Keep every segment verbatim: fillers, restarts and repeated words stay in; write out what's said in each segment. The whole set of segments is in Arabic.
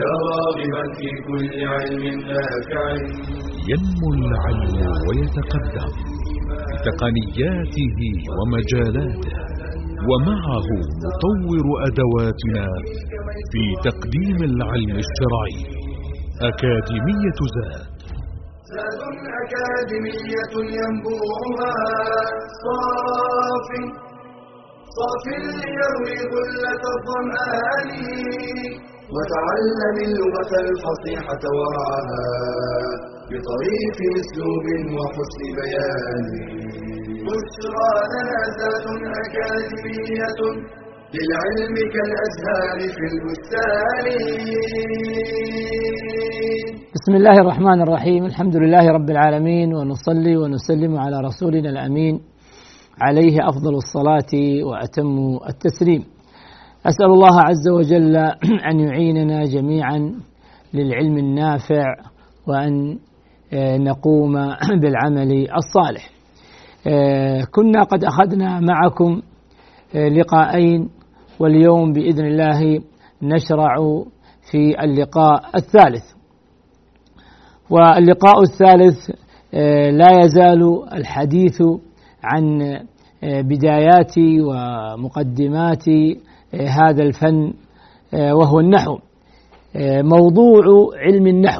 يا راغبا في كل علم نافع. ينمو العلم ويتقدم بتقنياته ومجالاته، ومعه نطور أدواتنا في تقديم العلم الشرعي. أكاديمية زاد، زاد أكاديمية ينبوعها صاف صاف ليروي غلة الظمآن، وتعلم اللغة الفصيحة ورعاها بطريف أسلوب وحسن بيان. بشرى لنا زاد أكاديمية للعلم كالأزهار في البستان. بسم الله الرحمن الرحيم، الحمد لله رب العالمين، ونصلي ونسلم على رسولنا الأمين عليه أفضل الصلاة وأتم التسليم. أسأل الله عز وجل أن يعيننا جميعا للعلم النافع، وأن نقوم بالعمل الصالح. كنا قد أخذنا معكم لقاءين، واليوم بإذن الله نشرع في اللقاء الثالث. واللقاء الثالث لا يزال الحديث عن بدايات ومقدمات هذا الفن، وهو النحو. موضوع علم النحو،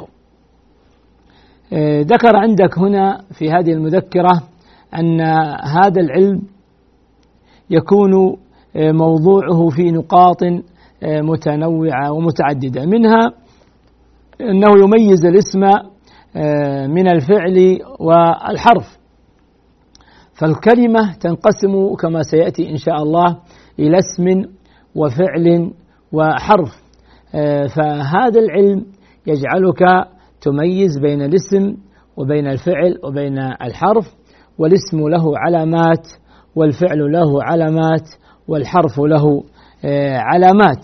ذكر عندك هنا في هذه المذكرة أن هذا العلم يكون موضوعه في نقاط متنوعة ومتعددة، منها أنه يميز الاسم من الفعل والحرف. فالكلمة تنقسم كما سيأتي إن شاء الله إلى اسم وفعل وحرف. فهذا العلم يجعلك تميز بين الاسم وبين الفعل وبين الحرف، والاسم له علامات، والفعل له علامات، والحرف له علامات.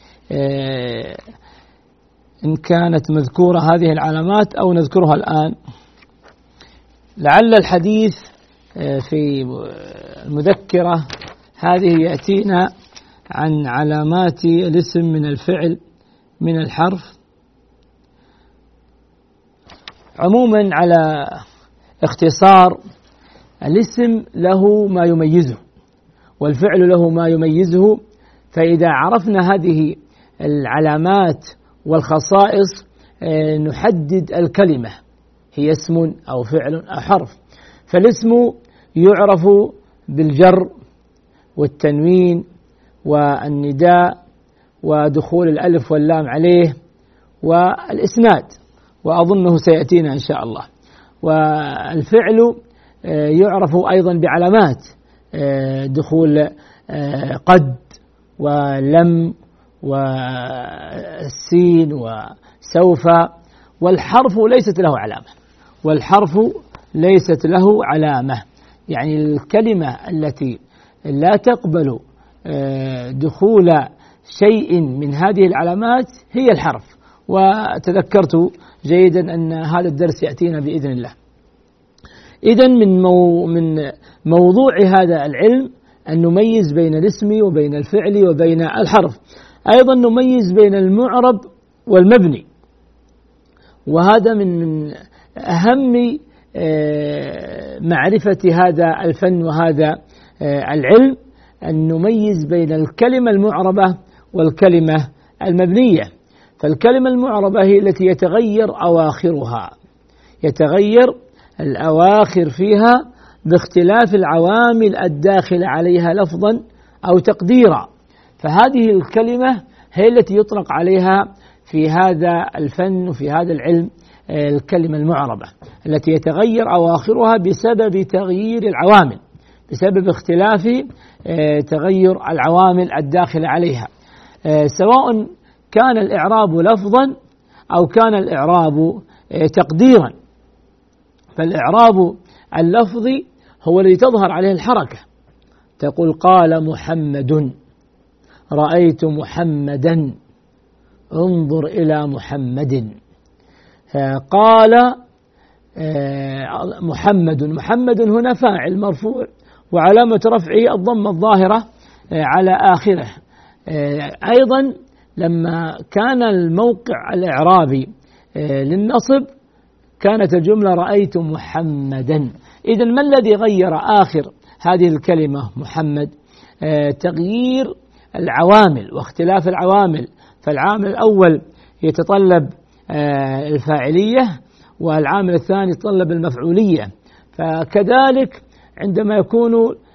إن كانت مذكورة هذه العلامات أو نذكرها الآن. لعل الحديث في المذكرة هذه يأتينا عن علامات الاسم من الفعل من الحرف. عموما على اختصار، الاسم له ما يميزه والفعل له ما يميزه. فإذا عرفنا هذه العلامات والخصائص نحدد الكلمة هي اسم أو فعل أو حرف. فالاسم يعرف بالجر والتنوين والنداء ودخول الألف واللام عليه والإسناد، وأظنه سيأتينا إن شاء الله. والفعل يعرف أيضا بعلامات، دخول قد ولم والسين وسوف. والحرف ليست له علامة، والحرف ليست له علامة، يعني الكلمة التي لا تقبل دخول شيء من هذه العلامات هي الحرف. وتذكرت جيدا أن هذا الدرس يأتينا بإذن الله. إذن من مو من موضوع هذا العلم أن نميز بين الاسم وبين الفعل وبين الحرف. أيضا نميز بين المعرب والمبني، وهذا من من أهم معرفة هذا الفن وهذا العلم، أن نميز بين الكلمة المعربة والكلمة المبنية. فالكلمة المعربة هي التي يتغير أواخرها، يتغير الأواخر فيها باختلاف العوامل الداخلة عليها لفظا أو تقديرا. فهذه الكلمة هي التي يطلق عليها في هذا الفن وفي هذا العلم الكلمة المعربة، التي يتغير أواخرها بسبب تغيير العوامل، بسبب اختلاف تغير العوامل الداخلة عليها، سواء كان الإعراب لفظا أو كان الإعراب تقديرا. فالإعراب اللفظي هو الذي تظهر عليه الحركة، تقول قال محمد، رأيت محمدا، انظر إلى محمد. قال محمد، محمد هنا فاعل مرفوع وعلامة رفعه الضمة الظاهرة على آخره. أيضا لما كان الموقع الإعرابي للنصب كانت الجملة رأيت محمدا. إذن ما الذي غير آخر هذه الكلمة محمد؟ تغيير العوامل واختلاف العوامل. فالعامل الأول يتطلب الفاعلية والعامل الثاني يتطلب المفعولية. فكذلك عندما يكون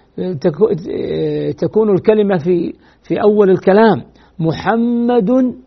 تكون الكلمة في في أول الكلام محمد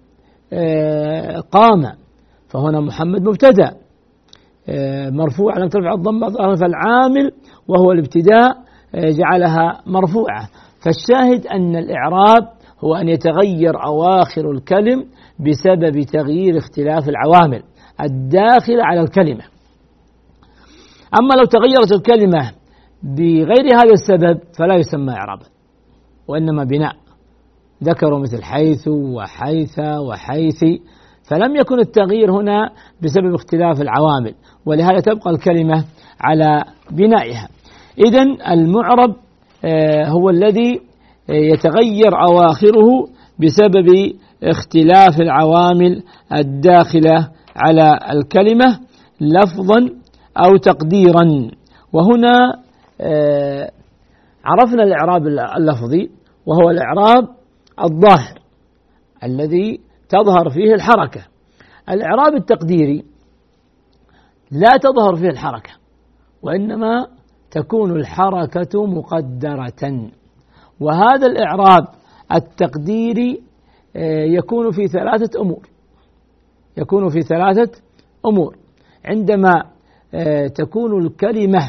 قام، فهنا محمد مبتدأ مرفوع على ترفع الضمة، فالعامل وهو الابتداء جعلها مرفوعة. فالشاهد أن الإعراب هو أن يتغير أواخر الكلم بسبب تغيير اختلاف العوامل الداخلة على الكلمة. أما لو تغيرت الكلمة بغير هذا السبب فلا يسمى إعرابا وإنما بناء. ذكروا مثل حيث وحيث وحيث، فلم يكن التغيير هنا بسبب اختلاف العوامل، ولهذا تبقى الكلمة على بنائها. إذن المعرب هو الذي يتغير أواخره بسبب اختلاف العوامل الداخلة على الكلمة لفظا أو تقديرا. وهنا عرفنا الإعراب اللفظي وهو الإعراب الظاهر الذي تظهر فيه الحركة. الإعراب التقديري لا تظهر فيه الحركة وإنما تكون الحركة مقدرة. وهذا الإعراب التقديري يكون في ثلاثة أمور يكون في ثلاثة أمور عندما تكون الكلمة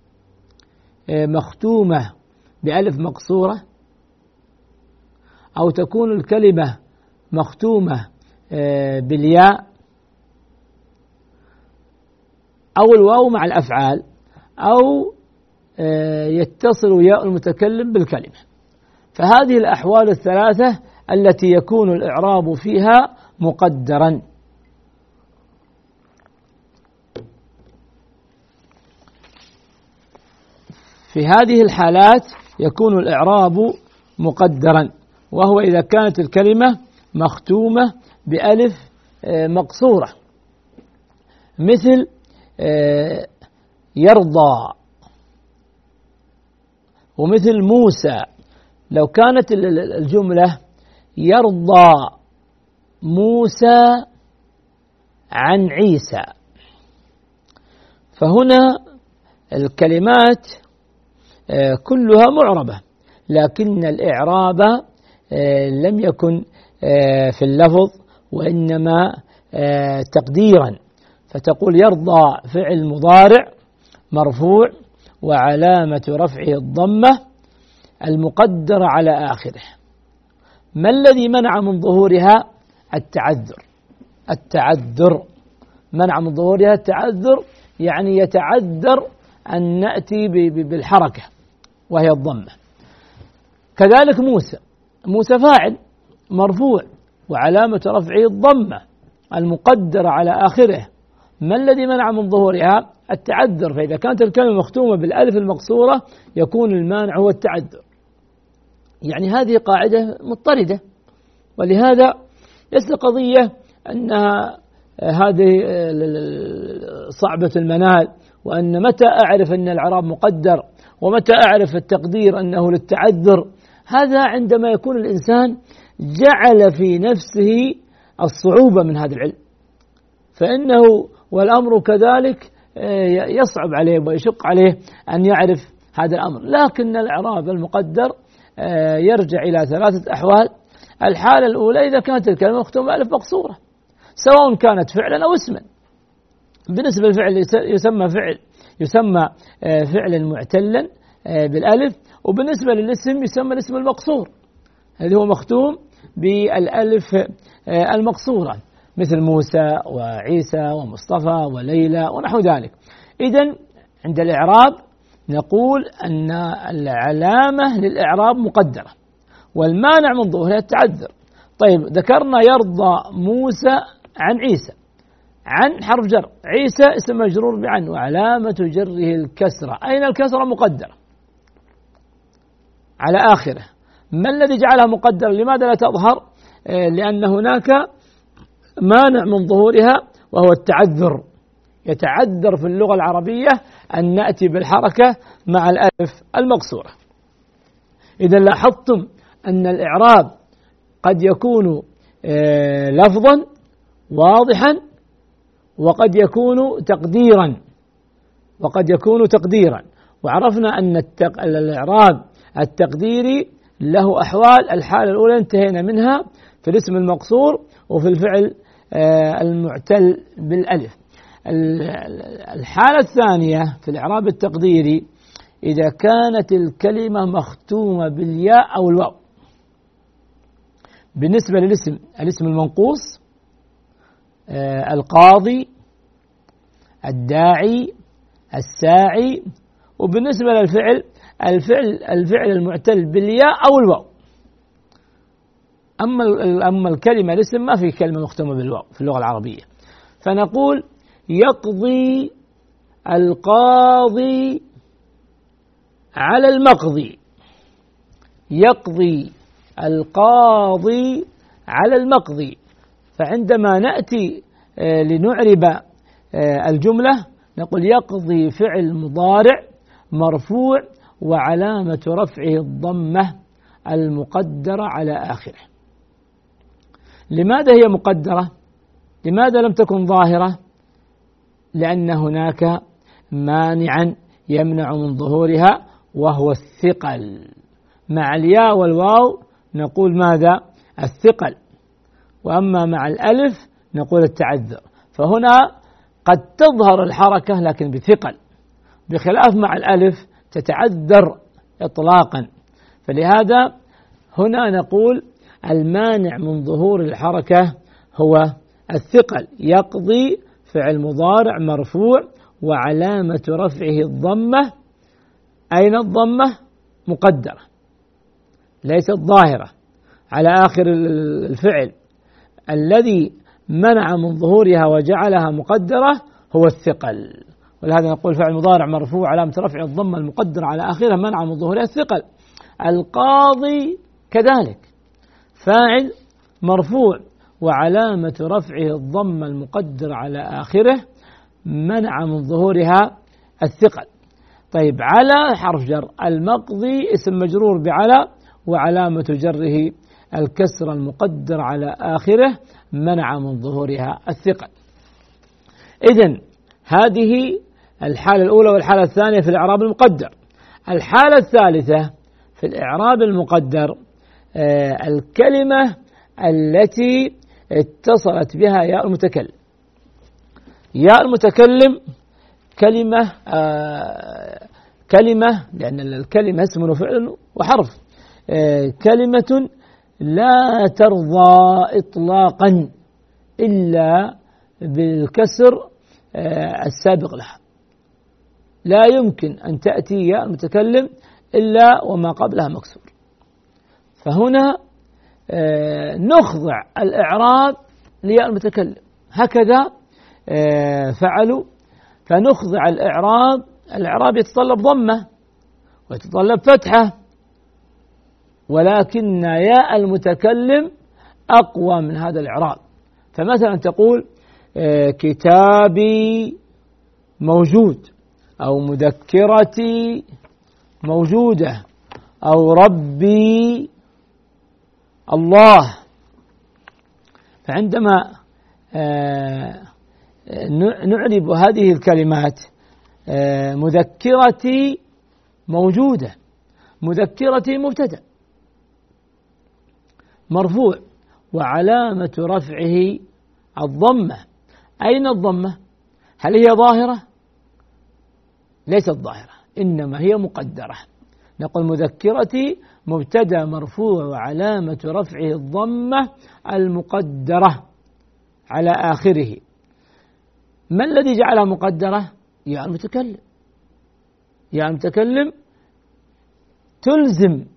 مختومة بألف مقصورة، أو تكون الكلمة مختومة بالياء، أو الواو مع الأفعال، أو يتصل ياء المتكلم بالكلمة. فهذه الأحوال الثلاثة التي يكون الإعراب فيها مقدرا. في هذه الحالات يكون الإعراب مقدرا، وهو إذا كانت الكلمة مختومة بألف مقصورة، مثل يرضى ومثل موسى. لو كانت الجملة يرضى موسى عن عيسى، فهنا الكلمات كلها معربة، لكن الإعراب لم يكن في اللفظ وإنما تقديرا. فتقول يرضى فعل مضارع مرفوع وعلامة رفعه الضمة المقدرة على آخره. ما الذي منع من ظهورها؟ التعذر. التعذر منع من ظهورها التعذر، يعني يتعذر أن نأتي بالحركة وهي الضمة. كذلك موسى موسى فاعل مرفوع وعلامة رفعه الضمة المقدرة على آخره. ما الذي منع من ظهورها؟ التعذر. فإذا كانت الكلمة مختومة بالألف المقصورة يكون المانع هو التعذر. يعني هذه قاعدة مضطردة، ولهذا ليس قضية أنها هذه صعبة المنال، وأن متى أعرف أن الإعراب مقدر ومتى أعرف التقدير أنه للتعذر. هذا عندما يكون الإنسان جعل في نفسه الصعوبة من هذا العلم، فإنه والأمر كذلك يصعب عليه ويشق عليه أن يعرف هذا الأمر. لكن الإعراب المقدر يرجع إلى ثلاثة أحوال. الحالة الأولى إذا كانت الكلمة مختومة بألف مقصورة، سواء كانت فعلا أو اسما. بالنسبة للفعل يسمى فعل يسمى فعلا معتلا بالألف، وبالنسبة للاسم يسمى الاسم المقصور الذي هو مختوم بالألف المقصورة، مثل موسى وعيسى ومصطفى وليلى ونحو ذلك. إذن عند الإعراب نقول أن العلامة للإعراب مقدرة، والمانع من ظهورها التعذر. طيب ذكرنا يرضى موسى عن عيسى، عن حرف جر، عيسى اسم مجرور بعن وعلامة جره الكسرة. أين الكسرة؟ مقدرة على آخره. ما الذي جعلها مقدرة؟ لماذا لا تظهر؟ لأن هناك مانع من ظهورها وهو التعذر. يتعذر في اللغة العربية أن نأتي بالحركة مع الألف المقصورة. إذا لاحظتم أن الإعراب قد يكون لفظا واضحا وقد يكون تقديرا وقد يكون تقديرا وعرفنا أن الإعراب التقديري له أحوال. الحالة الأولى انتهينا منها في الاسم المقصور وفي الفعل المعتل بالألف. الحالة الثانية في الإعراب التقديري إذا كانت الكلمة مختومة بالياء أو الواو. بالنسبة للاسم الاسم المنقوص القاضي الداعي الساعي، وبالنسبة للفعل الفعل الفعل المعتل بالياء أو الواو. أما أما الكلمة الاسم ما في كلمة مختومة بالواو في اللغة العربية. فنقول يقضي القاضي على المقضي. يقضي القاضي على المقضي. فعندما نأتي لنعرب الجملة نقول يقضي فعل مضارع مرفوع وعلامة رفعه الضمة المقدرة على آخره. لماذا هي مقدرة؟ لماذا لم تكن ظاهرة؟ لأن هناك مانعا يمنع من ظهورها وهو الثقل. مع الياء والواو نقول ماذا؟ الثقل، وأما مع الألف نقول التعذر. فهنا قد تظهر الحركة لكن بثقل، بخلاف مع الألف تتعذر إطلاقا. فلهذا هنا نقول المانع من ظهور الحركة هو الثقل. يقضي فعل مضارع مرفوع وعلامة رفعه الضمة. أين الضمة؟ مقدرة ليست ظاهرة على آخر الفعل. الذي منع من ظهورها وجعلها مقدرة هو الثقل. ولهذا نقول فعل مضارع مرفوع علامة رفعه الضمة المقدرة على آخرها منع من ظهورها الثقل. القاضي كذلك فاعل مرفوع وعلامة رفعه الضمة المقدرة على آخره منع من ظهورها الثقل. طيب على حرف جر. المقضي اسم مجرور بعلى وعلامة جره الكسر المقدر على آخره منع من ظهورها الثقل. إذن هذه الحالة الأولى والحالة الثانية في الإعراب المقدر. الحالة الثالثة في الإعراب المقدر آه الكلمة التي اتصلت بها ياء المتكلم. ياء المتكلم كلمة آه كلمة لأن الكلمة اسم وفعل وحرف. آه كلمة لا ترضى إطلاقا إلا بالكسر آه السابق لها. لا يمكن أن تأتي ياء المتكلم إلا وما قبلها مكسور. فهنا آه نخضع الإعراب لياء المتكلم هكذا آه فعلوا. فنخضع الإعراب. الإعراب يتطلب ضمة ويتطلب فتحة، ولكن ياء المتكلم أقوى من هذا الإعراب. فمثلا تقول آه كتابي موجود، أو مذكرتي موجودة، أو ربي الله. فعندما آه نعرب هذه الكلمات آه مذكرتي موجودة. مذكرتي مبتدأ مرفوع وعلامة رفعه الضمة. أين الضمة؟ هل هي ظاهرة؟ ليست ظاهرة، إنما هي مقدرة. نقول مذكرتي مبتدأ مرفوع وعلامة رفعه الضمة المقدرة على آخره. ما الذي جعلها مقدرة؟ ياء المتكلم. ياء المتكلم تلزم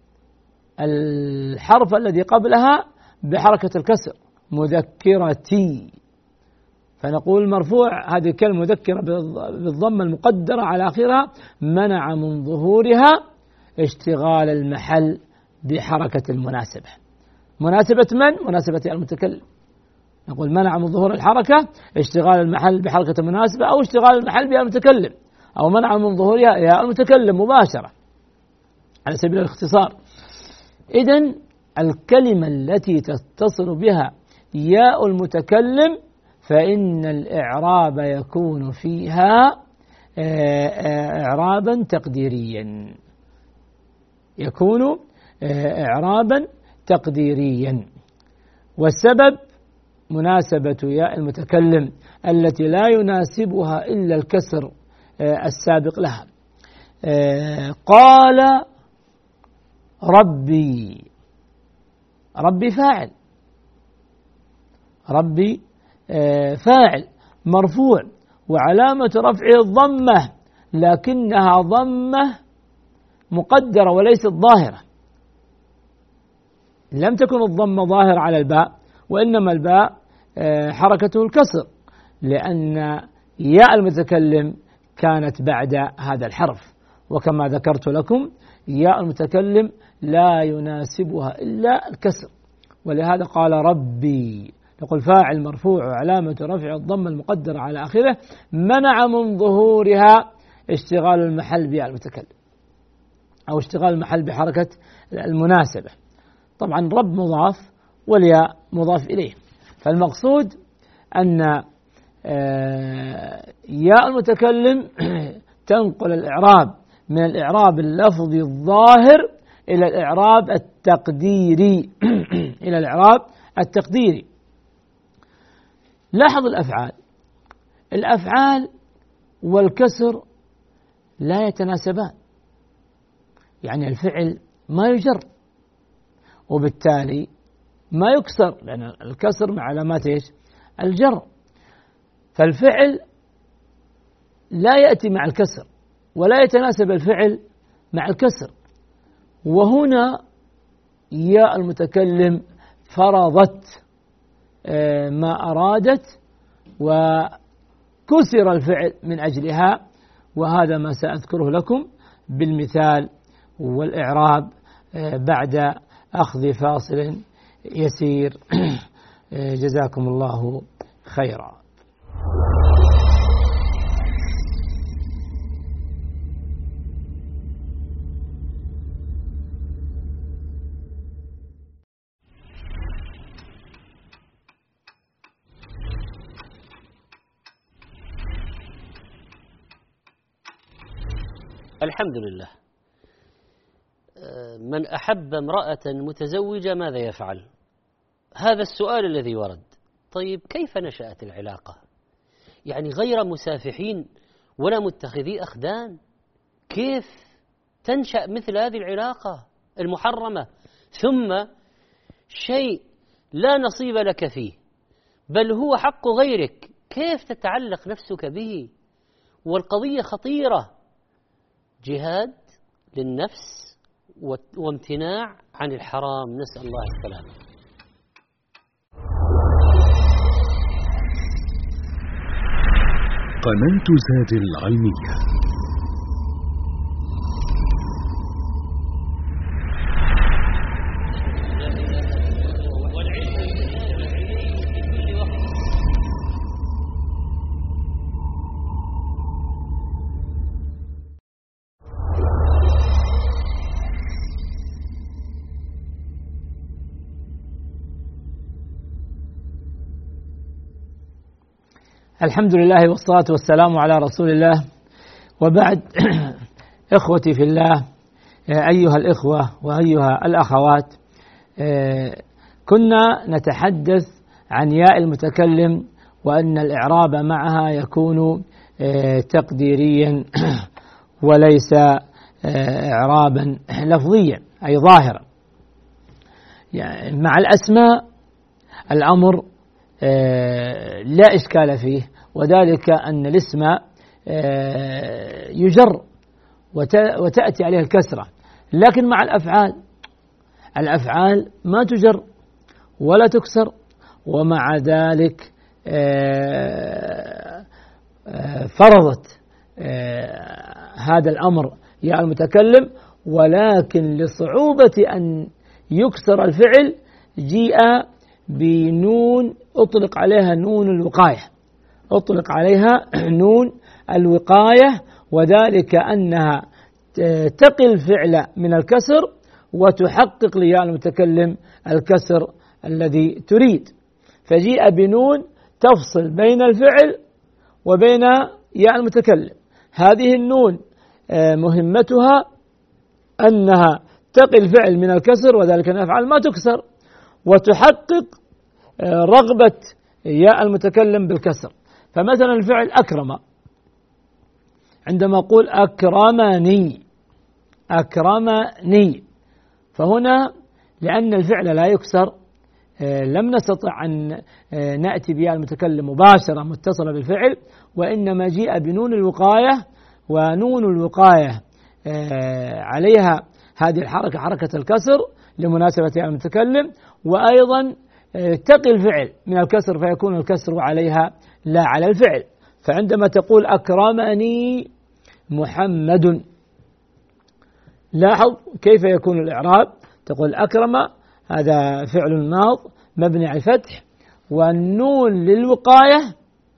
الحرف الذي قبلها بحركة الكسر مذكرتي. فنقول مرفوع هذه الكلمة مذكرة بالضمة المقدرة على آخرها منع من ظهورها اشتغال المحل بحركة المناسبة. مناسبة من؟ مناسبة المتكلم. نقول منع من ظهور الحركة اشتغال المحل بحركة مناسبة، أو اشتغال المحل بها المتكلم، أو منع من ظهورها يا المتكلم مباشرة على سبيل الاختصار. إذن الكلمة التي تتصل بها ياء المتكلم فإن الإعراب يكون فيها إعرابا تقديريا، يكون إعرابا تقديريا. والسبب مناسبة ياء المتكلم التي لا يناسبها إلا الكسر السابق لها. قال ربي، ربي فاعل، ربي فاعل مرفوع وعلامة رفعه الضمة، لكنها ضمة مقدرة وليست ظاهرة. لم تكن الضمة ظاهرة على الباء، وإنما الباء حركته الكسر، لأن ياء المتكلم كانت بعد هذا الحرف. وكما ذكرت لكم ياء المتكلم لا يناسبها إلا الكسر، ولهذا قال ربي. نقول فاعل مرفوع وعلامة رفع الضمة المقدرة على آخره، منع من ظهورها اشتغال المحل بياء المتكلم، أو اشتغال المحل بحركة المناسبة. طبعا رب مضاف والياء مضاف إليه، فالمقصود أن ياء المتكلم تنقل الإعراب من الإعراب اللفظي الظاهر إلى الإعراب التقديري إلى الإعراب التقديري. لاحظ الأفعال، الأفعال والكسر لا يتناسبان، يعني الفعل ما يجر وبالتالي ما يكسر، لأن الكسر مع علامات إيش؟ الجر. فالفعل لا يأتي مع الكسر ولا يتناسب الفعل مع الكسر. وهنا ياء المتكلم فرضت ما أرادت وكسر الفعل من أجلها، وهذا ما سأذكره لكم بالمثال والإعراب بعد أخذ فاصل يسير. جزاكم الله خيرا. الحمد لله. من أحب امرأة متزوجة ماذا يفعل؟ هذا السؤال الذي ورد. طيب كيف نشأت العلاقة؟ يعني غير مسافحين ولا متخذي أخدان، كيف تنشأ مثل هذه العلاقة المحرمة؟ ثم شيء لا نصيب لك فيه، بل هو حق غيرك، كيف تتعلق نفسك به؟ والقضية خطيرة، جهاد للنفس وامتناع عن الحرام، نسأل الله السلامة. قناة زاد العلمية. الحمد لله والصلاة والسلام على رسول الله، وبعد. إخوتي في الله، أيها الإخوة وأيها الأخوات، كنا نتحدث عن ياء المتكلم وأن الإعراب معها يكون تقديريا وليس إعرابا لفظيا أي ظاهرا. يعني مع الأسماء الأمر لا إشكال فيه، وذلك أن الاسم يجر وتأتي عليه الكسرة، لكن مع الأفعال الأفعال ما تجر ولا تكسر، ومع ذلك فرضت هذا الأمر يا المتكلم، ولكن لصعوبة أن يكسر الفعل جيء بنون أطلق عليها نون الوقاية، أطلق عليها نون الوقاية، وذلك أنها تقي الفعل من الكسر وتحقق لياء المتكلم الكسر الذي تريد، فجيء بنون تفصل بين الفعل وبين ياء المتكلم. هذه النون مهمتها أنها تقي الفعل من الكسر، وذلك أن الأفعال ما تكسر، وتحقق رغبة ياء المتكلم بالكسر. فمثلا الفعل أكرم، عندما أقول أكرمني أكرمني، فهنا لأن الفعل لا يكسر لم نستطع أن نأتي بياء المتكلم مباشرة متصلة بالفعل، وإنما جيء بنون الوقاية، ونون الوقاية عليها هذه الحركة حركة الكسر لمناسبة ياء المتكلم، وأيضا تقي الفعل من الكسر فيكون الكسر عليها لا على الفعل. فعندما تقول أكرمني محمد، لاحظ كيف يكون الإعراب، تقول أكرم هذا فعل ماض مبني على الفتح، والنون للوقاية،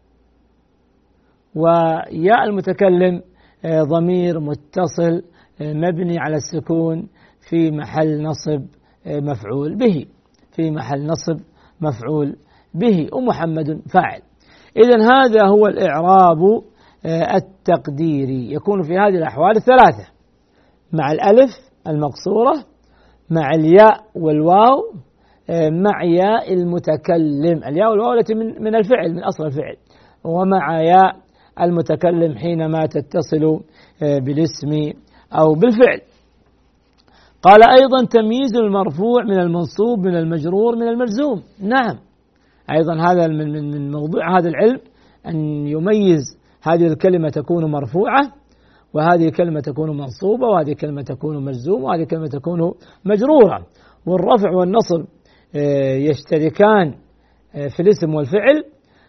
وياء المتكلم ضمير متصل مبني على السكون في محل نصب مفعول به، في محل نصب مفعول به، ومحمد فاعل. إذن هذا هو الإعراب التقديري، يكون في هذه الأحوال الثلاثة: مع الألف المقصورة، مع الياء والواو، مع ياء المتكلم، الياء والواو التي من من الفعل من أصل الفعل، ومع ياء المتكلم حينما تتصل بالاسم أو بالفعل. قال أيضا تمييز المرفوع من المنصوب من المجرور من المجزوم. نعم، أيضا هذا من من موضوع هذا العلم أن يميز هذه الكلمة تكون مرفوعة، وهذه الكلمة تكون منصوبة، وهذه الكلمة تكون مجزومة، وهذه الكلمة تكون مجرورة. والرفع والنصب يشتركان في الاسم والفعل،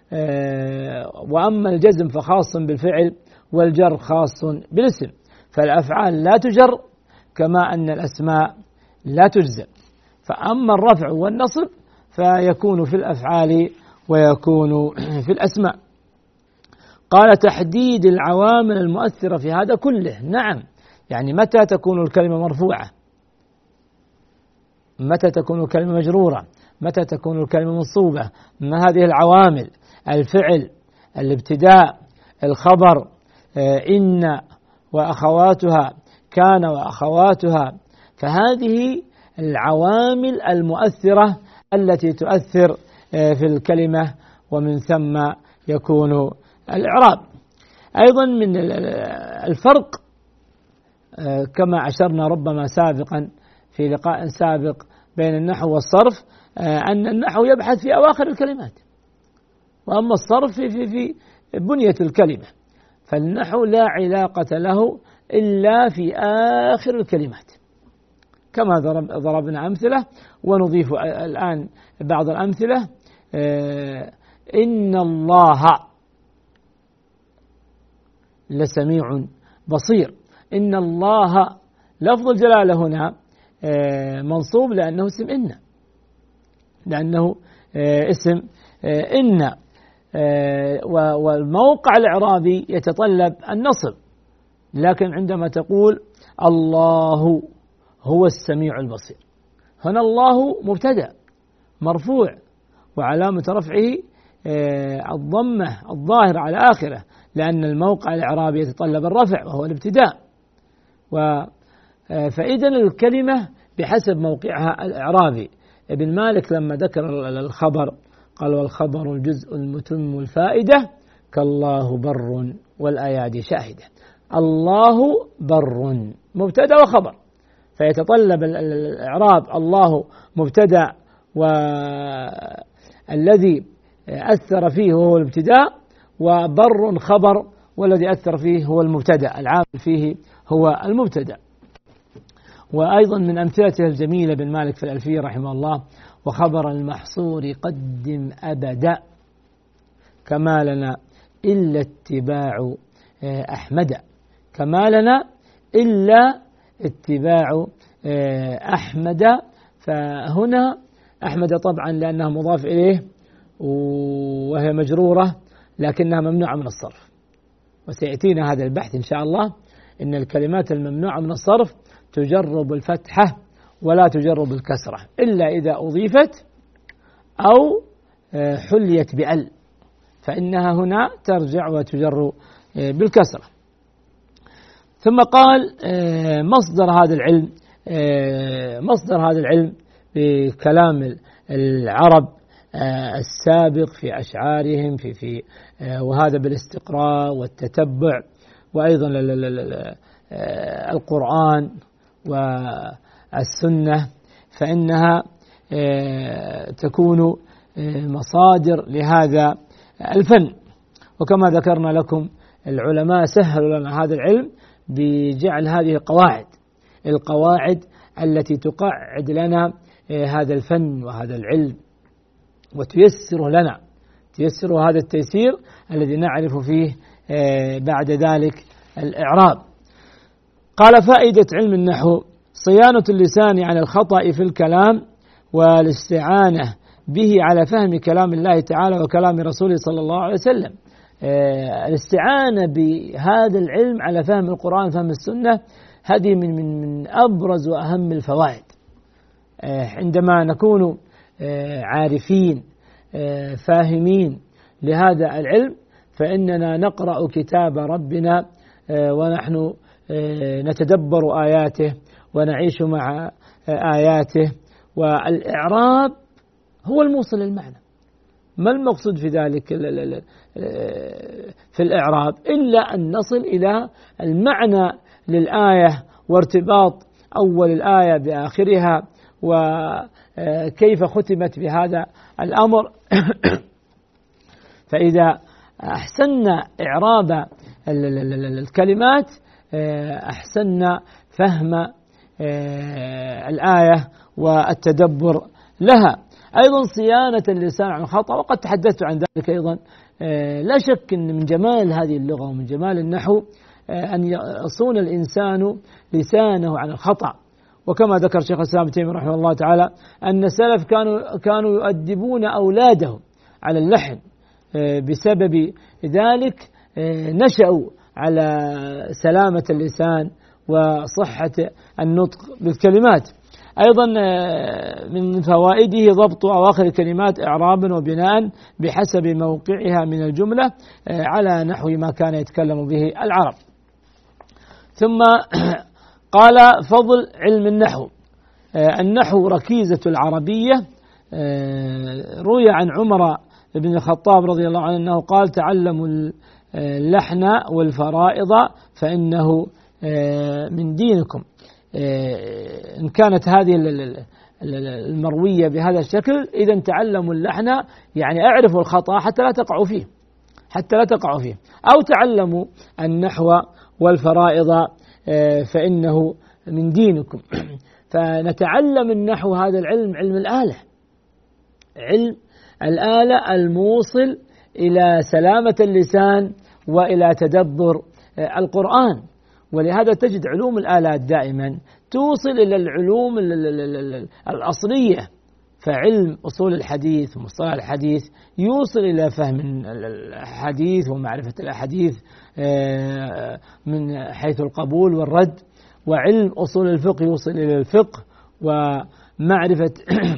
وأما الجزم فخاص بالفعل، والجر خاص بالاسم. فالأفعال لا تجر كما أن الأسماء لا تجزم. فأما الرفع والنصب فيكون في الأفعال ويكون في الأسماء. قال تحديد العوامل المؤثرة في هذا كله. نعم، يعني متى تكون الكلمة مرفوعة، متى تكون الكلمة مجرورة، متى تكون الكلمة منصوبة، ما هذه العوامل: الفعل، الابتداء، الخبر، إن وأخواتها، كان وأخواتها. فهذه العوامل المؤثرة التي تؤثر في الكلمة، ومن ثم يكون الإعراب. أيضا من الفرق كما أشرنا ربما سابقا في لقاء سابق بين النحو والصرف، أن النحو يبحث في أواخر الكلمات، وأما الصرف في, في, في بنية الكلمة. فالنحو لا علاقة له إلا في آخر الكلمات، كما ضربنا أمثلة ونضيف الآن بعض الأمثلة. إن الله لسميع بصير. إن الله لفظ الجلالة هنا منصوب لأنه اسم إن، لأنه اسم إن، والموقع الإعرابي يتطلب النصب. لكن عندما تقول الله هو السميع البصير، هنا الله مبتدأ مرفوع، وعلامة رفعه الضمة الظاهرة على آخره، لأن الموقع الإعرابي يتطلب الرفع وهو الابتداء. فإذا الكلمة بحسب موقعها الإعرابي. ابن مالك لما ذكر الخبر قال: والخبر الجزء المتم الفائدة كالله بر والأيادي شاهدة. الله بر مبتدأ وخبر، فيتطلب الإعراب الله مبتدأ والذي أثر فيه هو الابتداء، وبر خبر والذي أثر فيه هو المبتدأ، العامل فيه هو المبتدأ. وأيضا من أمثلته الجميلة بن مالك في الألفية رحمه الله: وخبر المحصور قدم أبدا كما لنا إلا اتباع أحمد. كما لنا إلا اتباع أحمد. فهنا أحمد طبعا لأنها مضاف إليه وهي مجرورة لكنها ممنوعة من الصرف، وسيأتينا هذا البحث إن شاء الله، إن الكلمات الممنوعة من الصرف تجر بالفتحة ولا تجر بالكسرة إلا إذا أضيفت أو حليت بأل، فإنها هنا ترجع وتجر بالكسرة. ثم قال مصدر هذا العلم، مصدر هذا العلم بكلام العرب السابق في أشعارهم في في وهذا بالاستقراء والتتبع، وأيضا القرآن والسنة، فإنها تكون مصادر لهذا الفن. وكما ذكرنا لكم العلماء سهلوا لنا هذا العلم بجعل هذه قواعد، القواعد التي تقعد لنا هذا الفن وهذا العلم وتيسر لنا، تيسر هذا التيسير الذي نعرف فيه بعد ذلك الإعراب. قال فائدة علم النحو صيانة اللسان عن الخطأ في الكلام والاستعانة به على فهم كلام الله تعالى وكلام رسوله صلى الله عليه وسلم. الاستعانة بهذا العلم على فهم القرآن وفهم السنة هذه من من من أبرز وأهم الفوائد. عندما نكون عارفين فاهمين لهذا العلم فإننا نقرأ كتاب ربنا ونحن نتدبر آياته ونعيش مع آياته، والإعراب هو الموصل للمعنى. ما المقصود في ذلك في الإعراب إلا أن نصل إلى المعنى للآية وارتباط أول الآية بآخرها وكيف ختمت بهذا الأمر. فإذا أحسننا إعراب الكلمات أحسننا فهم الآية والتدبر لها. أيضا صيانة اللسان عن الخطأ، وقد تحدثت عن ذلك أيضا. لا شك أن من جمال هذه اللغة ومن جمال النحو أن يصون الإنسان لسانه عن الخطأ. وكما ذكر شيخ الإسلام ابن تيمية رحمه الله تعالى أن السلف كانوا كانوا يؤدبون أولادهم على اللحن، بسبب ذلك نشأوا على سلامة اللسان وصحة النطق بالكلمات. أيضا من فوائده ضبط أواخر الكلمات إعرابا وبناء بحسب موقعها من الجملة على نحو ما كان يتكلم به العرب. ثم قال فضل علم النحو. النحو ركيزة العربية. روي عن عمر بن الخطاب رضي الله عنه أنه قال تعلموا اللحن والفرائض فإنه من دينكم. إن كانت هذه المروية بهذا الشكل إذا تعلموا اللحن يعني اعرفوا الخطأ حتى لا تقعوا فيه حتى لا تقعوا فيه أو تعلموا النحو والفرائض فإنه من دينكم. فنتعلم النحو هذا العلم علم الآلة، علم الآلة الموصل إلى سلامة اللسان وإلى تدبر القرآن. ولهذا تجد علوم الآلات دائما توصل إلى العلوم الأصلية، فعلم أصول الحديث ومصطلح الحديث يوصل إلى فهم الحديث ومعرفة الأحاديث من حيث القبول والرد، وعلم أصول الفقه يوصل إلى الفقه ومعرفة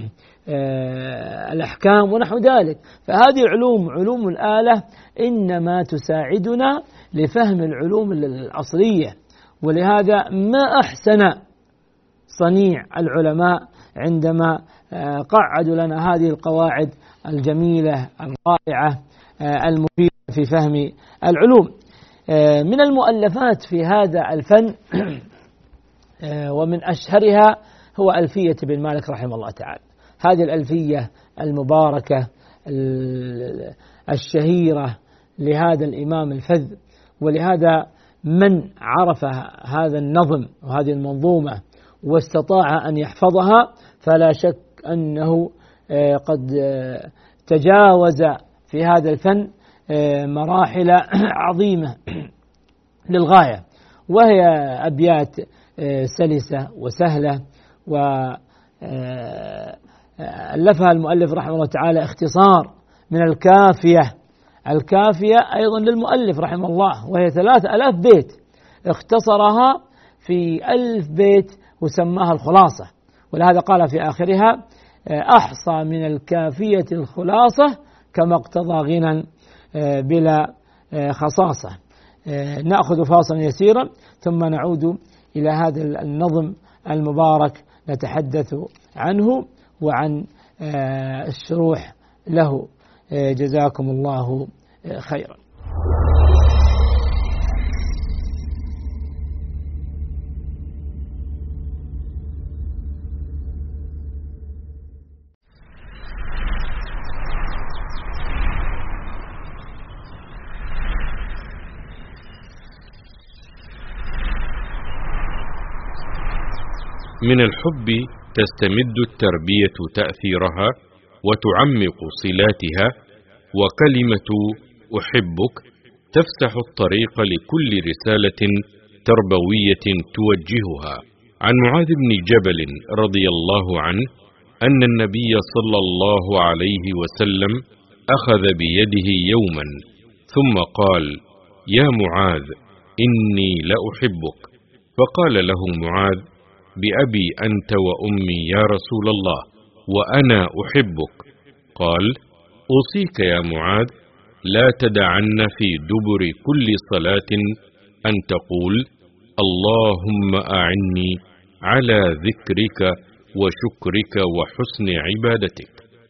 الأحكام ونحو ذلك. فهذه العلوم علوم الآلة إنما تساعدنا لفهم العلوم الأصلية. ولهذا ما أحسن صنيع العلماء عندما قعدوا لنا هذه القواعد الجميلة الرائعة المفيدة في فهم العلوم. من المؤلفات في هذا الفن ومن أشهرها هو ألفية بن مالك رحمه الله تعالى. هذه الألفية المباركة الشهيرة لهذا الإمام الفذ. ولهذا من عرف هذا النظم وهذه المنظومة واستطاع أن يحفظها فلا شك أنه قد تجاوز في هذا الفن مراحل عظيمة للغاية، وهي أبيات سلسة وسهلة ألفها المؤلف رحمه الله تعالى اختصار من الكافية. الكافية أيضا للمؤلف رحمه الله، وهي ثلاثة ألاف بيت، اختصرها في ألف بيت وسماها الخلاصة، ولهذا قال في آخرها أحصى من الكافية الخلاصة كما اقتضى غنى بلا خصاصة. نأخذ فاصلا يسيرا ثم نعود إلى هذا النظم المبارك نتحدث عنه وعن الشروح له. جزاكم الله خيرا. من الحب تستمد التربية تأثيرها وتعمق صلاتها، وكلمة أحبك تفتح الطريق لكل رسالة تربوية توجهها. عن معاذ بن جبل رضي الله عنه أن النبي صلى الله عليه وسلم أخذ بيده يوما ثم قال: يا معاذ إني لأحبك. فقال له معاذ: بأبي أنت وأمي يا رسول الله، وأنا أحبك. قال: أوصيك يا معاذ لا تدعن في دبر كل صلاة أن تقول: اللهم أعني على ذكرك وشكرك وحسن عبادتك.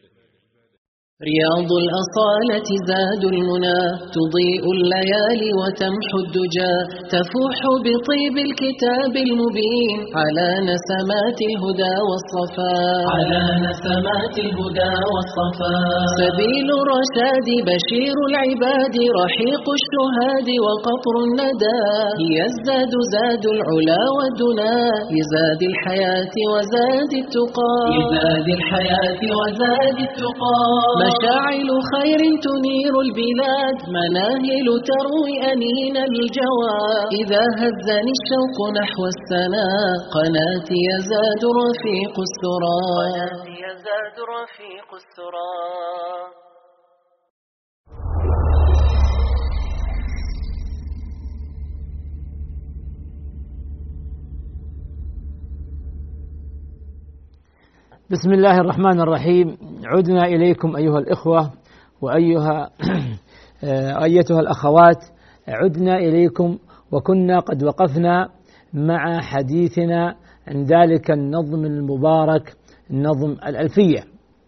رياض الأصالة زاد المنى، تضيء الليالي وتمحو الدجى، تفوح بطيب الكتاب المبين على نسمات الهدى والصفاء، على نسمات الهدى والصفاء. سبيل الرشاد بشير العباد، رحيق الشهاد وقطر الندى، هي الزاد زاد العلا والدنا، لزاد الحياة وزاد التقى، لزاد الحياة وزاد التقى. مشاعل خير تنير البلاد، مناهل تروي أنين الجوى، إذا هزني الشوق نحو السناء، قناتي يزاد رفيق السرى، قناتي يزاد رفيق السرى. بسم الله الرحمن الرحيم. عدنا إليكم أيها الإخوة وأيها أيتها الأخوات، عدنا إليكم وكنا قد وقفنا مع حديثنا عن ذلك النظم المبارك، النظم الألفية.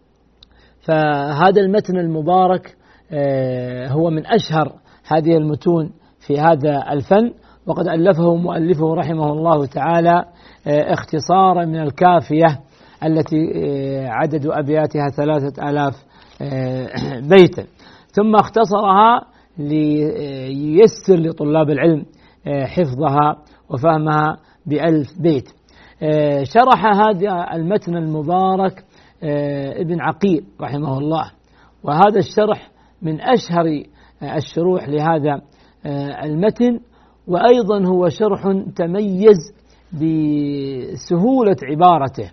فهذا المتن المبارك هو من أشهر هذه المتون في هذا الفن، وقد ألفه مؤلفه رحمه الله تعالى اختصارا من الكافية التي عدد أبياتها ثلاثة آلاف بيتا، ثم اختصرها لييسر لطلاب العلم حفظها وفهمها بألف بيت. شرح هذا المتن المبارك ابن عقيل رحمه الله، وهذا الشرح من أشهر الشروح لهذا المتن، وأيضا هو شرح تميز بسهولة عبارته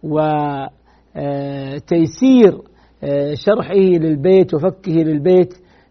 وتيسير شرحه للبيت وفكه للبيت،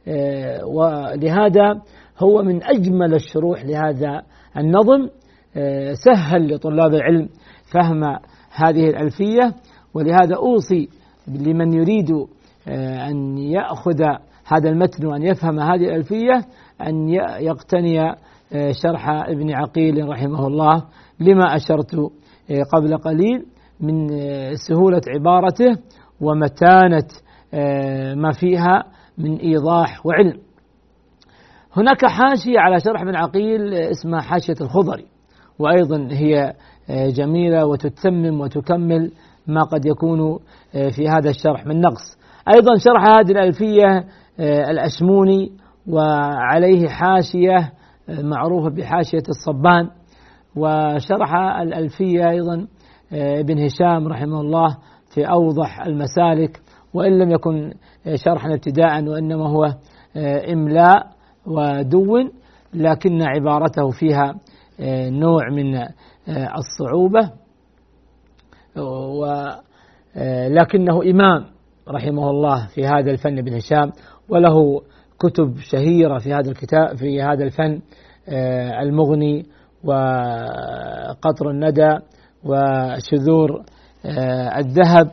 ولهذا هو من أجمل الشروح لهذا النظم. سهل لطلاب العلم فهم هذه الألفية، ولهذا أوصي لمن يريد أن يأخذ هذا المتن وأن يفهم هذه الألفية أن يقتني شرح ابن عقيل رحمه الله، لما أشرت قبل قليل من سهولة عبارته ومتانة ما فيها من إيضاح وعلم. هناك حاشية على شرح ابن عقيل اسمها حاشية الخضري، وأيضا هي جميلة وتتمم وتكمل ما قد يكون في هذا الشرح من نقص. أيضا شرح هذه الألفية الأشموني، وعليه حاشية معروفة بحاشية الصبان. وشرح الألفية أيضا ابن هشام رحمه الله في أوضح المسالك، وإن لم يكن شرحا ابتداء وإنما هو إملاء ودون، لكن عبارته فيها نوع من الصعوبة. لكنه إمام رحمه الله في هذا الفن ابن هشام، وله كتب شهيرة في هذا الكتاب في هذا الفن، المغني وقطر الندى وشذور الذهب،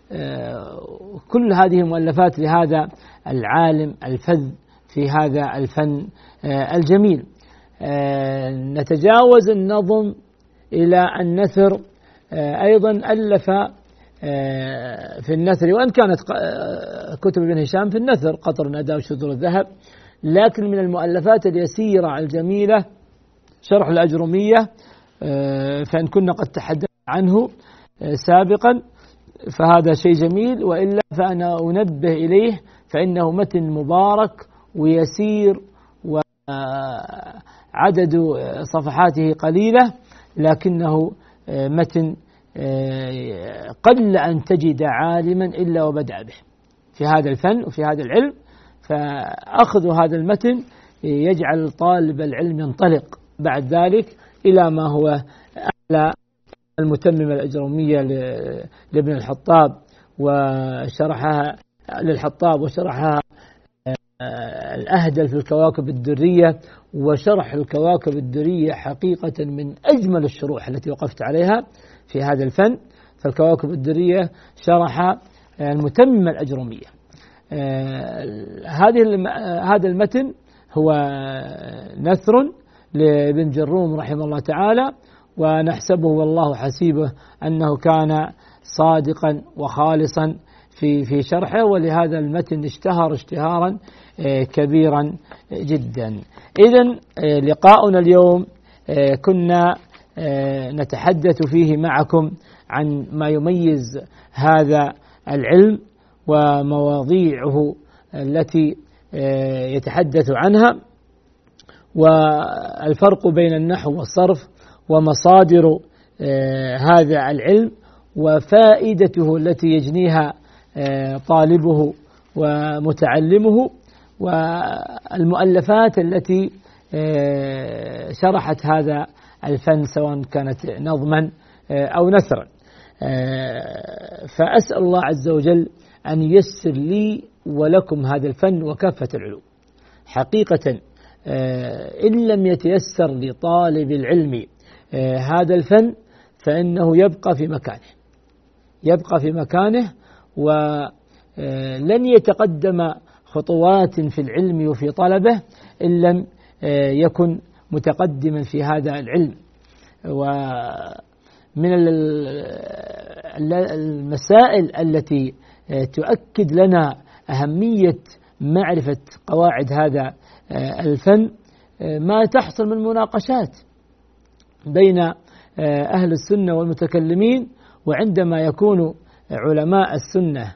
كل هذه مؤلفات لهذا العالم الفذ في هذا الفن الجميل. نتجاوز النظم إلى النثر، أيضا ألف في النثر، وأن كانت كتب ابن هشام في النثر قطر الندى وشذور الذهب، لكن من المؤلفات اليسيرة الجميلة شرح الأجرمية، فإن كنا قد تحدثنا عنه سابقا فهذا شيء جميل، وإلا فأنا أنبه إليه فإنه متن مبارك ويسير وعدد صفحاته قليلة، لكنه متن قل أن تجد عالما إلا وبدأ به في هذا الفن وفي هذا العلم. فأخذ هذا المتن يجعل طالب العلم ينطلق بعد ذلك إلى ما هو أعلى. المتممة الأجرومية لابن الحطاب وشرحها للحطاب وشرحها الأهدل في الكواكب الدرية، وشرح الكواكب الدرية حقيقة من أجمل الشروح التي وقفت عليها في هذا الفن. فالكواكب الدرية شرح المتممة الأجرومية. هذه هذا المتن هو نثر لابن جروم رحمه الله تعالى، ونحسبه والله حسيبه أنه كان صادقا وخالصا في في شرحه، ولهذا المتن اشتهر اشتهارا كبيرا جدا. إذن لقاؤنا اليوم كنا نتحدث فيه معكم عن ما يميز هذا العلم ومواضيعه التي يتحدث عنها، والفرق بين النحو والصرف، ومصادر هذا العلم، وفائدته التي يجنيها طالبه ومتعلمه، والمؤلفات التي شرحت هذا الفن سواء كانت نظما أو نثرا. فأسأل الله عز وجل أن ييسر لي ولكم هذا الفن وكافة العلوم. حقيقة إن لم يتيسر لطالب العلم هذا الفن فإنه يبقى في مكانه يبقى في مكانه ولن يتقدم خطوات في العلم وفي طلبه إن لم يكن متقدما في هذا العلم. ومن المسائل التي تؤكد لنا أهمية معرفة قواعد هذا الفن ما تحصل من مناقشات بين أهل السنة والمتكلمين، وعندما يكون علماء السنة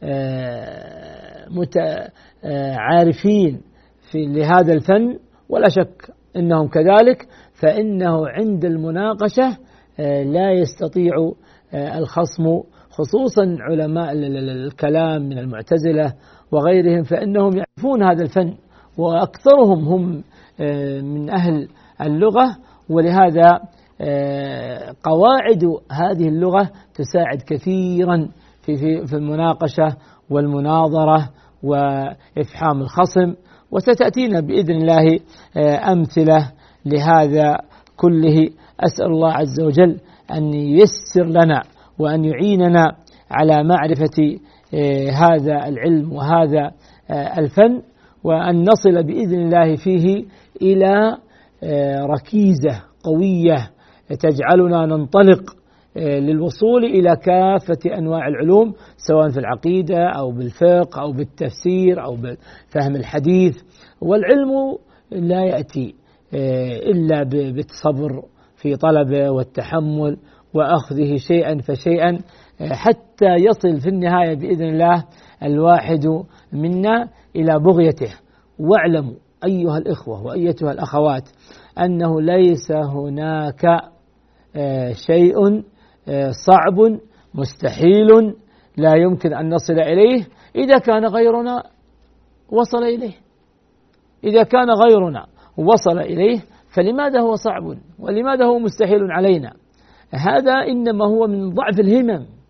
عارفين في لهذا الفن ولا شك إنهم كذلك، فإنه عند المناقشة لا يستطيع الخصم، خصوصا علماء الكلام من المعتزلة وغيرهم، فإنهم يعرفون هذا الفن وأكثرهم هم من أهل اللغة، ولهذا قواعد هذه اللغة تساعد كثيرا في في المناقشة والمناظرة وإفحام الخصم. وستأتينا بإذن الله أمثلة لهذا كله. أسأل الله عز وجل أن ييسر لنا وأن يعيننا على معرفة هذا العلم وهذا الفن، وأن نصل بإذن الله فيه إلى ركيزة قوية تجعلنا ننطلق للوصول إلى كافة أنواع العلوم، سواء في العقيدة أو بالفقه أو بالتفسير أو بفهم الحديث. والعلم لا يأتي إلا بالصبر في طلبه والتحمل وأخذه شيئا فشيئا حتى يصل في النهاية بإذن الله الواحد منا إلى بغيته. واعلموا أيها الإخوة وأيتها الأخوات أنه ليس هناك شيء صعب مستحيل لا يمكن أن نصل إليه إذا كان غيرنا وصل إليه. إذا كان غيرنا وصل إليه فلماذا هو صعب ولماذا هو مستحيل علينا؟ هذا إنما هو من ضعف الهمم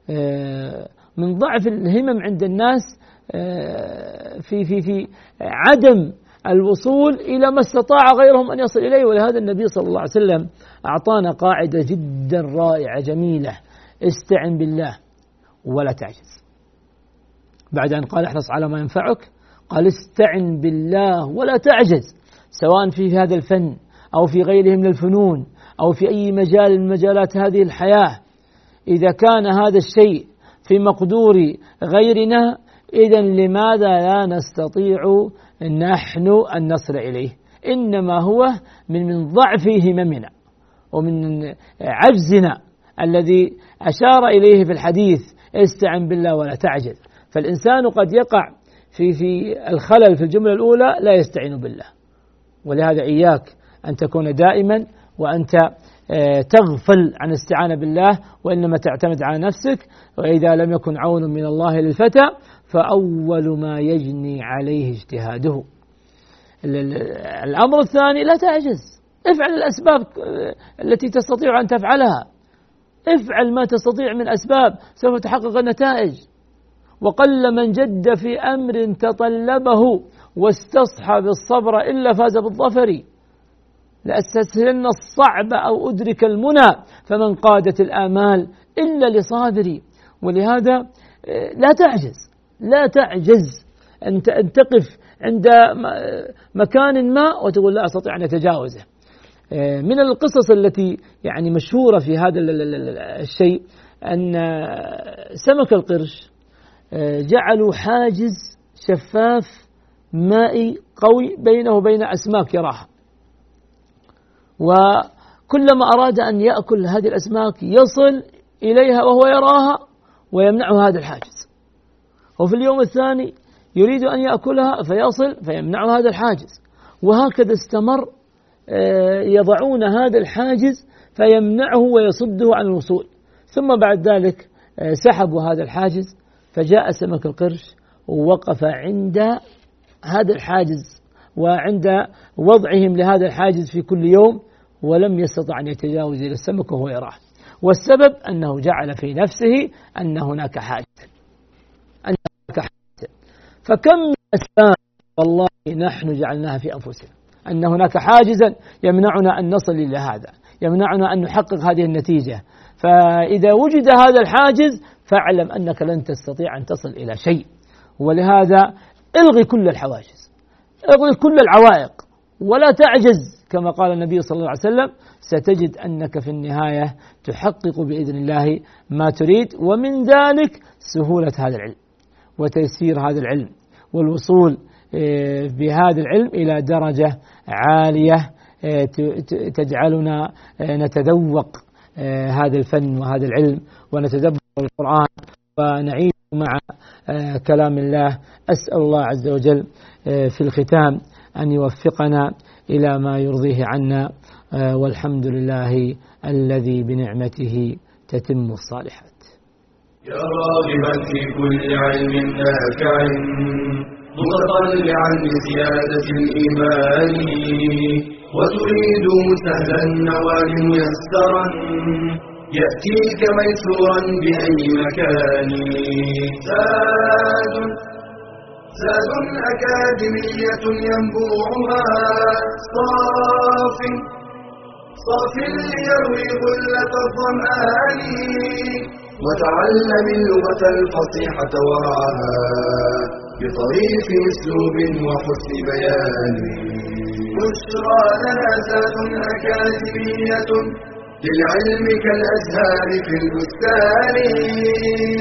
من ضعف الهمم عند الناس في في في عدم الوصول إلى ما استطاع غيرهم أن يصل إليه. ولهذا النبي صلى الله عليه وسلم أعطانا قاعدة جدا رائعة جميلة: استعن بالله ولا تعجز. بعد أن قال احرص على ما ينفعك، قال استعن بالله ولا تعجز، سواء في هذا الفن أو في غيره من الفنون أو في أي مجال من مجالات هذه الحياة. إذا كان هذا الشيء في مقدور غيرنا، إذن لماذا لا نستطيع نحن أن نصل إليه؟ إنما هو من من ضعف هممنا ومن عجزنا الذي أشار إليه في الحديث: استعن بالله ولا تعجز. فالإنسان قد يقع في في الخلل في الجملة الأولى، لا يستعين بالله. ولهذا إياك أن تكون دائما وأنت تغفل عن الاستعانة بالله، وإنما تعتمد على نفسك. وإذا لم يكن عون من الله للفتى فأول ما يجني عليه اجتهاده. الأمر الثاني: لا تعجز، افعل الأسباب التي تستطيع أن تفعلها، افعل ما تستطيع من أسباب سوف تحقق النتائج. وقل من جد في أمر تطلبه واستصحب الصبر إلا فاز بالظفر. لأستسهلن الصعب أو أدرك المنى فمن قادت الآمال إلا لصابري. ولهذا لا تعجز، لا تعجز أن تقف عند مكان ما وتقول لا أستطيع أن أتجاوزه. من القصص التي يعني مشهورة في هذا الشيء أن سمك القرش جعلوا حاجز شفاف مائي قوي بينه وبين أسماك يراها، وكلما أراد أن يأكل هذه الأسماك يصل إليها وهو يراها ويمنعه هذا الحاجز، وفي اليوم الثاني يريد أن يأكلها فيصل فيمنعه هذا الحاجز، وهكذا استمر يضعون هذا الحاجز فيمنعه ويصده عن الوصول. ثم بعد ذلك سحبوا هذا الحاجز، فجاء سمك القرش ووقف عند هذا الحاجز وعند وضعهم لهذا الحاجز في كل يوم، ولم يستطع أن يتجاوز إلى السمك وهو يراه. والسبب أنه جعل في نفسه أن هناك حاجز، أن هناك حاجز. فكم من أسباب والله نحن جعلناها في أنفسنا، أن هناك حاجزا يمنعنا أن نصل إلى هذا، يمنعنا أن نحقق هذه النتيجة. فإذا وجد هذا الحاجز فاعلم أنك لن تستطيع أن تصل إلى شيء. ولهذا الغي كل الحواجز، الغي كل العوائق، ولا تعجز. كما قال النبي صلى الله عليه وسلم: ستجد أنك في النهاية تحقق بإذن الله ما تريد. ومن ذلك سهولة هذا العلم وتيسير هذا العلم والوصول بهذا العلم إلى درجة عالية تجعلنا نتذوق هذا الفن وهذا العلم ونتدبر القرآن ونعيش مع كلام الله. أسأل الله عز وجل في الختام أن يوفقنا إلى ما يرضيه عنا، والحمد لله الذي بنعمته تتم الصالحات. يا راغبا في كل علم نافع متطلعا لزيادة الإيمان وتريد سهلا النوال ميسرا يأتيك ميسورا بأي مكان. زاد زاد أكاديمية ينبوعها صاف صاف ليروي غلة الظمآن وتعلم اللغة الفصيحة ورعاها بطريق أسلوب وحسن بيان. بشرى لنا زاد أكاديمية للعلم كالأزهار في البستان.